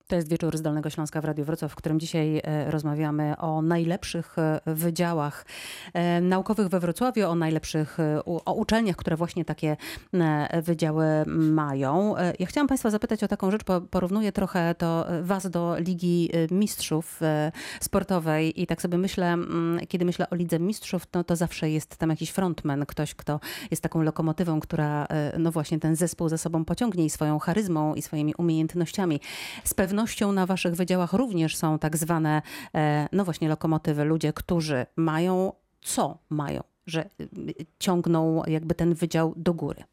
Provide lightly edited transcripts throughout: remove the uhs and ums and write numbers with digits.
To jest Wieczór z Dolnego Śląska w Radiu Wrocław, w którym dzisiaj rozmawiamy o najlepszych wydziałach naukowych we Wrocławiu, o najlepszych, o uczelniach, które właśnie takie wydziały mają. Ja chciałam Państwa zapytać o taką rzecz, porównuję trochę to Was do Ligi Mistrzów sportowej i tak sobie myślę, kiedy myślę o Lidze Mistrzów, to zawsze jest tam jakiś frontman, ktoś, kto jest taką lokomotywą, która no właśnie ten zespół za sobą pociągnie i swoją charyzmą i swoimi umiejętnościami. Z pewnością na waszych wydziałach również są tak zwane, no właśnie lokomotywy, ludzie, którzy mają, co mają, że ciągną jakby ten wydział do góry.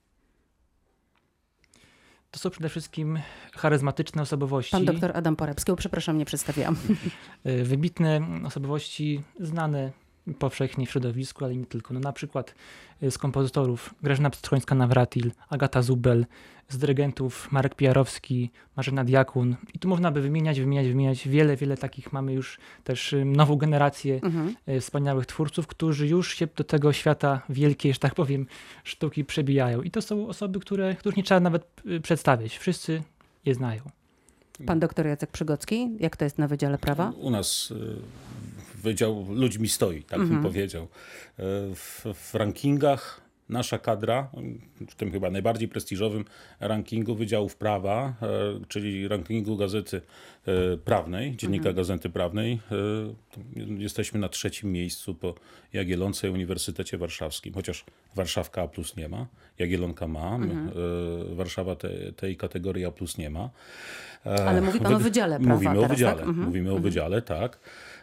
To są przede wszystkim charyzmatyczne osobowości. Pan doktor Adam Poremski, przepraszam, nie przedstawiłam. Wybitne osobowości znane powszechnie w środowisku, ale nie tylko. No, na przykład z kompozytorów Grażyna Pstrzońska-Nawratil, Agata Zubel, z dyrygentów Marek Pijarowski, Marzena Diakun. I tu można by wymieniać wiele takich. Mamy już też nową generację wspaniałych twórców, którzy już się do tego świata wielkiej, że tak powiem, sztuki przebijają. I to są osoby, których nie trzeba nawet przedstawiać. Wszyscy je znają. Pan doktor Jacek Przygocki, jak to jest na Wydziale Prawa? U nas wydział ludźmi stoi, tak bym powiedział. W rankingach nasza kadra, w tym chyba najbardziej prestiżowym rankingu Wydziałów Prawa, czyli rankingu Gazety Prawnej, Dziennika Gazety Prawnej, jesteśmy na 3. miejscu po Jagiellonce i Uniwersytecie Warszawskim, chociaż Warszawka A+ nie ma, Jagiellonka ma, Warszawa tej kategorii A+ nie ma. Ale mówi pan o Wydziale Prawa. Mówimy o Wydziale, tak.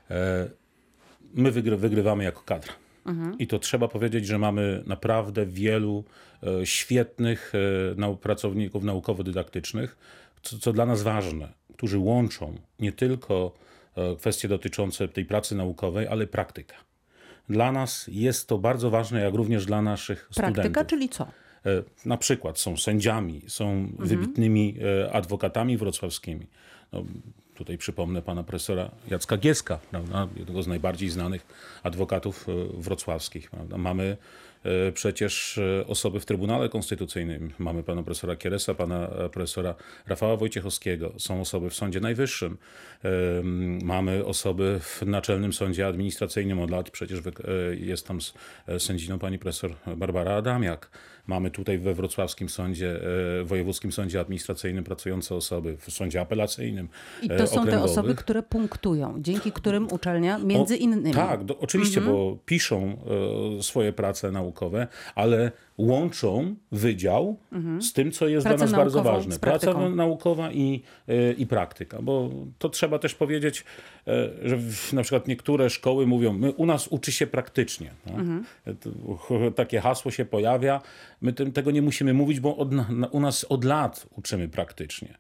My wygrywamy jako kadra. I to trzeba powiedzieć, że mamy naprawdę wielu świetnych pracowników naukowo-dydaktycznych, co dla nas ważne, którzy łączą nie tylko kwestie dotyczące tej pracy naukowej, ale praktykę. Dla nas jest to bardzo ważne, jak również dla naszych studentów. Praktyka, czyli co? Na przykład są sędziami, są wybitnymi adwokatami wrocławskimi. No, tutaj przypomnę pana profesora Jacka Gieska, prawda? Jednego z najbardziej znanych adwokatów wrocławskich. Prawda? Mamy przecież osoby w Trybunale Konstytucyjnym. Mamy pana profesora Kieresa, pana profesora Rafała Wojciechowskiego. Są osoby w Sądzie Najwyższym. Mamy osoby w Naczelnym Sądzie Administracyjnym od lat. Przecież jest tam sędziną pani profesor Barbara Adamiak. Mamy tutaj we Wrocławskim Sądzie, Wojewódzkim Sądzie Administracyjnym pracujące osoby, w Sądzie Apelacyjnym. I to są te osoby, które punktują, dzięki którym uczelnia między innymi. Tak, oczywiście, bo piszą swoje prace naukowe, ale łączą wydział z tym, co jest dla nas bardzo ważne. Praca naukowa i praktyka. Bo to trzeba też powiedzieć, że na przykład niektóre szkoły mówią, u nas uczy się praktycznie. Takie hasło się pojawia. My tego nie musimy mówić, bo u nas od lat uczymy praktycznie.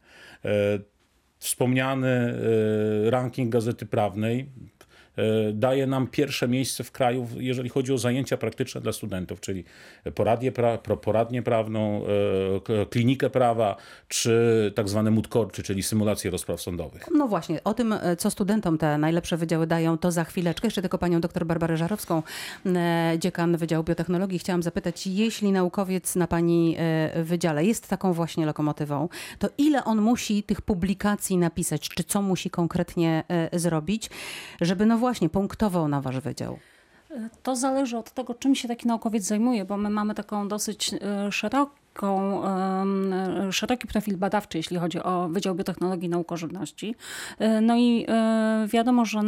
Wspomniany ranking Gazety Prawnej daje nam pierwsze miejsce w kraju, jeżeli chodzi o zajęcia praktyczne dla studentów, czyli poradnię prawną, klinikę prawa, czy tak zwane moot courty, czyli symulacje rozpraw sądowych. No właśnie, o tym, co studentom te najlepsze wydziały dają, to za chwileczkę. Jeszcze tylko panią dr Barbarę Żarowską, dziekan Wydziału Biotechnologii, chciałam zapytać, jeśli naukowiec na pani wydziale jest taką właśnie lokomotywą, to ile on musi tych publikacji napisać, czy co musi konkretnie zrobić, żeby no właśnie punktował na wasz wydział? To zależy od tego, czym się taki naukowiec zajmuje, bo my mamy taką dosyć szeroki profil badawczy, jeśli chodzi o Wydział Biotechnologii i Nauk o Żywności. No i wiadomo, że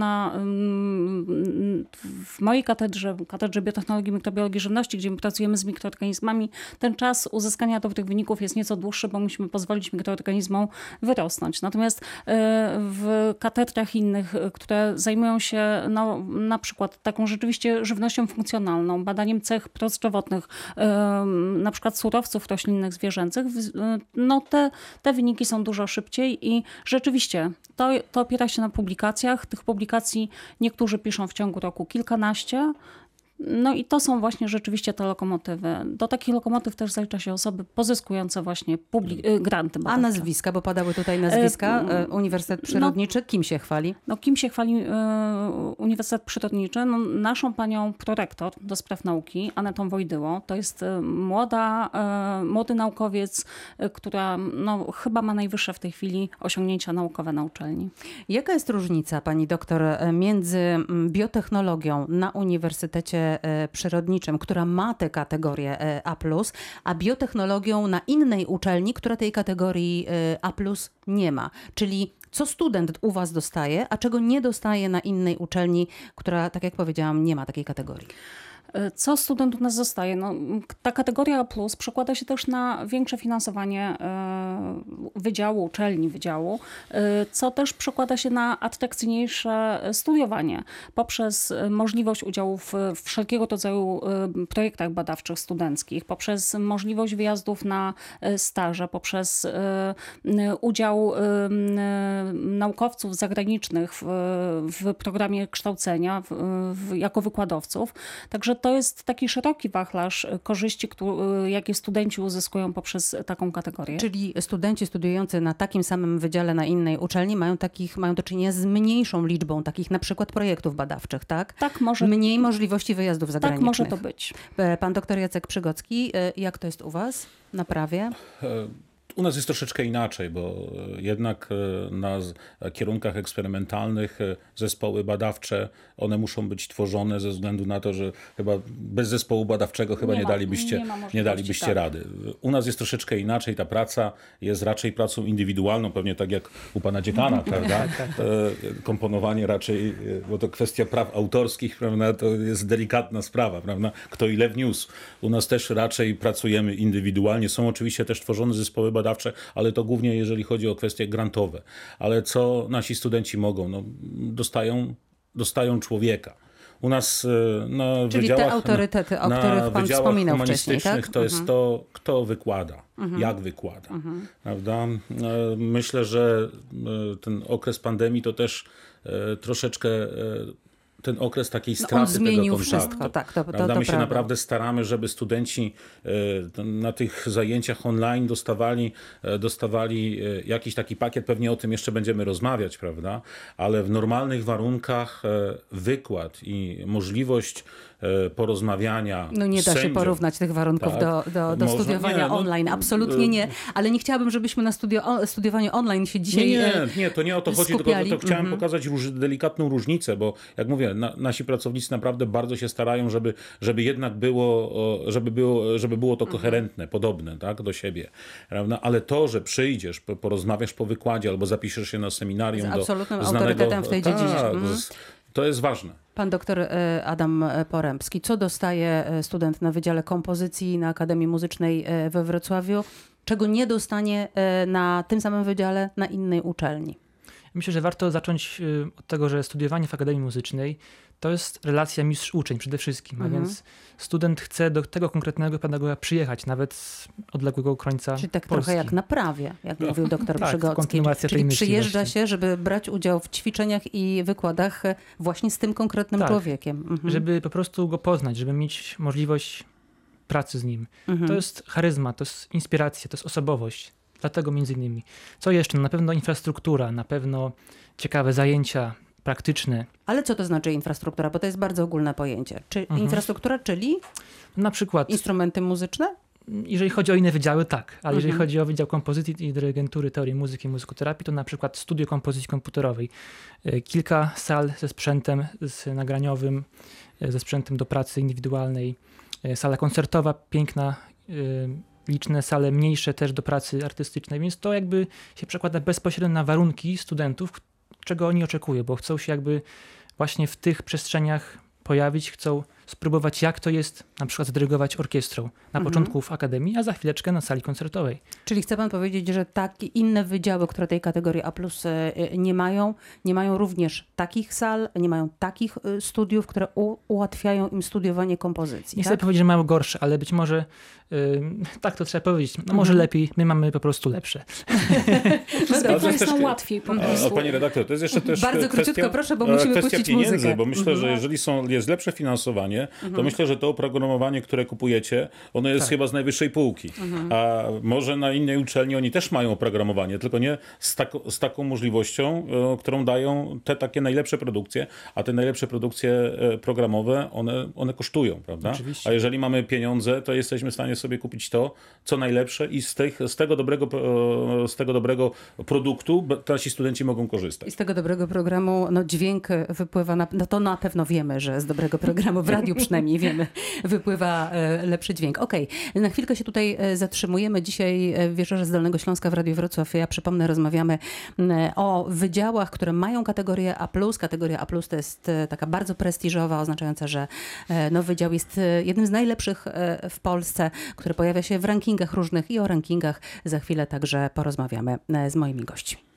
w mojej katedrze Biotechnologii i Mikrobiologii Żywności, gdzie my pracujemy z mikroorganizmami, ten czas uzyskania dobrych wyników jest nieco dłuższy, bo musimy pozwolić mikroorganizmom wyrosnąć. Natomiast w katedrach innych, które zajmują się na przykład taką rzeczywiście żywnością funkcjonalną, badaniem cech prozdrowotnych, na przykład surowców roślinnych, zwierzęcych, no te wyniki są dużo szybciej i rzeczywiście to opiera się na publikacjach. Tych publikacji niektórzy piszą w ciągu roku kilkanaście, No i to są właśnie rzeczywiście te lokomotywy. Do takich lokomotyw też zalicza się osoby pozyskujące właśnie granty badawcze. A nazwiska, bo padały tutaj nazwiska. Uniwersytet Przyrodniczy, kim się chwali? No, kim się chwali Uniwersytet Przyrodniczy? No, naszą panią prorektor do spraw nauki, Anetą Wojdyło. To jest młody naukowiec, która no, chyba ma najwyższe w tej chwili osiągnięcia naukowe na uczelni. Jaka jest różnica, pani doktor, między biotechnologią na Uniwersytecie Przyrodniczym, która ma tę kategorię A+, a biotechnologią na innej uczelni, która tej kategorii A+ nie ma? Czyli co student u was dostaje, a czego nie dostaje na innej uczelni, która, tak jak powiedziałam, nie ma takiej kategorii? Co student u nas zostaje? No, ta kategoria A+ przekłada się też na większe finansowanie wydziału, uczelni wydziału, co też przekłada się na atrakcyjniejsze studiowanie poprzez możliwość udziału w wszelkiego rodzaju projektach badawczych studenckich, poprzez możliwość wyjazdów na staże, poprzez udział naukowców zagranicznych w programie kształcenia jako wykładowców. Także to jest taki szeroki wachlarz korzyści, jakie studenci uzyskują poprzez taką kategorię. Czyli studenci studiujący na takim samym wydziale na innej uczelni mają do czynienia z mniejszą liczbą takich na przykład projektów badawczych, tak? Tak, może. Mniej możliwości wyjazdów zagranicznych. Tak, może to być. Pan doktor Jacek Przygocki, jak to jest u was na prawie? U nas jest troszeczkę inaczej, bo jednak na kierunkach eksperymentalnych zespoły badawcze, one muszą być tworzone ze względu na to, że chyba bez zespołu badawczego chyba nie dalibyście rady. U nas jest troszeczkę inaczej, ta praca jest raczej pracą indywidualną, pewnie tak jak u pana dziekana, prawda? Komponowanie raczej, bo to kwestia praw autorskich, prawda? To jest delikatna sprawa, prawda? Kto ile wniósł. U nas też raczej pracujemy indywidualnie. Są oczywiście też tworzone zespoły badawcze, ale to głównie jeżeli chodzi o kwestie grantowe. Ale co nasi studenci mogą? No, dostają człowieka. U nas na czyli wydziałach, te autorytety, o których pan wspominał wcześniej, tak? To jest to, kto wykłada, jak wykłada. Prawda? Myślę, że ten okres pandemii to też troszeczkę ten okres takiej straty on zmienił tego kontaktu. wszystko, tak, to My się prawda. naprawdę staramy, żeby studenci na tych zajęciach online dostawali jakiś taki pakiet, pewnie o tym jeszcze będziemy rozmawiać, prawda? Ale w normalnych warunkach wykład i możliwość porozmawiania. No nie da się porównać tych warunków do studiowania online. Absolutnie nie. Ale nie chciałabym, żebyśmy na studiowaniu online się dzisiaj Nie, to nie o to chodzi, skupiali. tylko to chciałem pokazać delikatną różnicę, bo jak mówię, nasi pracownicy naprawdę bardzo się starają, żeby jednak żeby było to koherentne, podobne, tak, do siebie. Prawda? Ale to, że przyjdziesz, porozmawiasz po wykładzie albo zapiszesz się na seminarium z absolutnym autorytetem w tej dziedzinie. To jest ważne. Pan doktor Adam Porębski, co dostaje student na Wydziale Kompozycji na Akademii Muzycznej we Wrocławiu, czego nie dostanie na tym samym wydziale na innej uczelni? Myślę, że warto zacząć od tego, że studiowanie w Akademii Muzycznej to jest relacja mistrz-uczeń przede wszystkim, a więc student chce do tego konkretnego pedagoga przyjechać, nawet z odległego krańca Czyli tak Polski. trochę jak na prawie, jak mówił doktor Przygocki. Kontynuacja Czyli tej myśli przyjeżdża właśnie. się, żeby brać udział w ćwiczeniach i wykładach właśnie z tym konkretnym człowiekiem. Żeby po prostu go poznać, żeby mieć możliwość pracy z nim. To jest charyzma, to jest inspiracja, to jest osobowość. Dlatego między innymi. Co jeszcze? Na pewno infrastruktura, na pewno ciekawe zajęcia praktyczne. Ale co to znaczy infrastruktura? Bo to jest bardzo ogólne pojęcie. Czy infrastruktura, czyli Na przykład, instrumenty muzyczne? jeżeli chodzi o inne wydziały, tak. Ale jeżeli chodzi o Wydział Kompozycji i Dyrygentury Teorii Muzyki i Muzykoterapii, to na przykład studio kompozycji komputerowej. Kilka sal ze sprzętem nagraniowym, ze sprzętem do pracy indywidualnej. Sala koncertowa, piękna, liczne sale mniejsze też do pracy artystycznej, więc to jakby się przekłada bezpośrednio na warunki studentów, czego oni oczekują, bo chcą się jakby właśnie w tych przestrzeniach pojawić, chcą spróbować, jak to jest na przykład zadyrygować orkiestrą na początku w akademii, a za chwileczkę na sali koncertowej. Czyli chce pan powiedzieć, że takie inne wydziały, które tej kategorii A+ nie mają również takich sal, nie mają takich studiów, które ułatwiają im studiowanie kompozycji. Nie tak? chcę powiedzieć, że mają gorsze, ale być może tak to trzeba powiedzieć. No może lepiej, my mamy po prostu lepsze. Zwykle jest nam łatwiej po prostu. Pani redaktor, to jest jeszcze też Bardzo króciutko proszę, bo musimy kwestia puścić pieniędzy, muzykę. bo myślę, że jeżeli jest lepsze finansowanie, oprogramowanie, to myślę, że to oprogramowanie, które kupujecie, ono jest chyba z najwyższej półki. A może na innej uczelni oni też mają oprogramowanie, tylko nie z taką możliwością, którą dają te takie najlepsze produkcje, a te najlepsze produkcje programowe, one kosztują, prawda? Oczywiście. A jeżeli mamy pieniądze, to jesteśmy w stanie sobie kupić to, co najlepsze i z tego dobrego produktu nasi studenci mogą korzystać. I z tego dobrego programu dźwięk wypływa, to na pewno wiemy, że z dobrego programu, w radiu przynajmniej wiemy, wypływa lepszy dźwięk. Okej, na chwilkę się tutaj zatrzymujemy. Dzisiaj w Wieczorze z Dolnego Śląska w Radiu Wrocław, ja przypomnę, rozmawiamy o wydziałach, które mają kategorię A+. Kategoria A+ to jest taka bardzo prestiżowa, oznaczająca, że wydział jest jednym z najlepszych w Polsce, który pojawia się w rankingach różnych i o rankingach za chwilę także porozmawiamy z moimi gośćmi.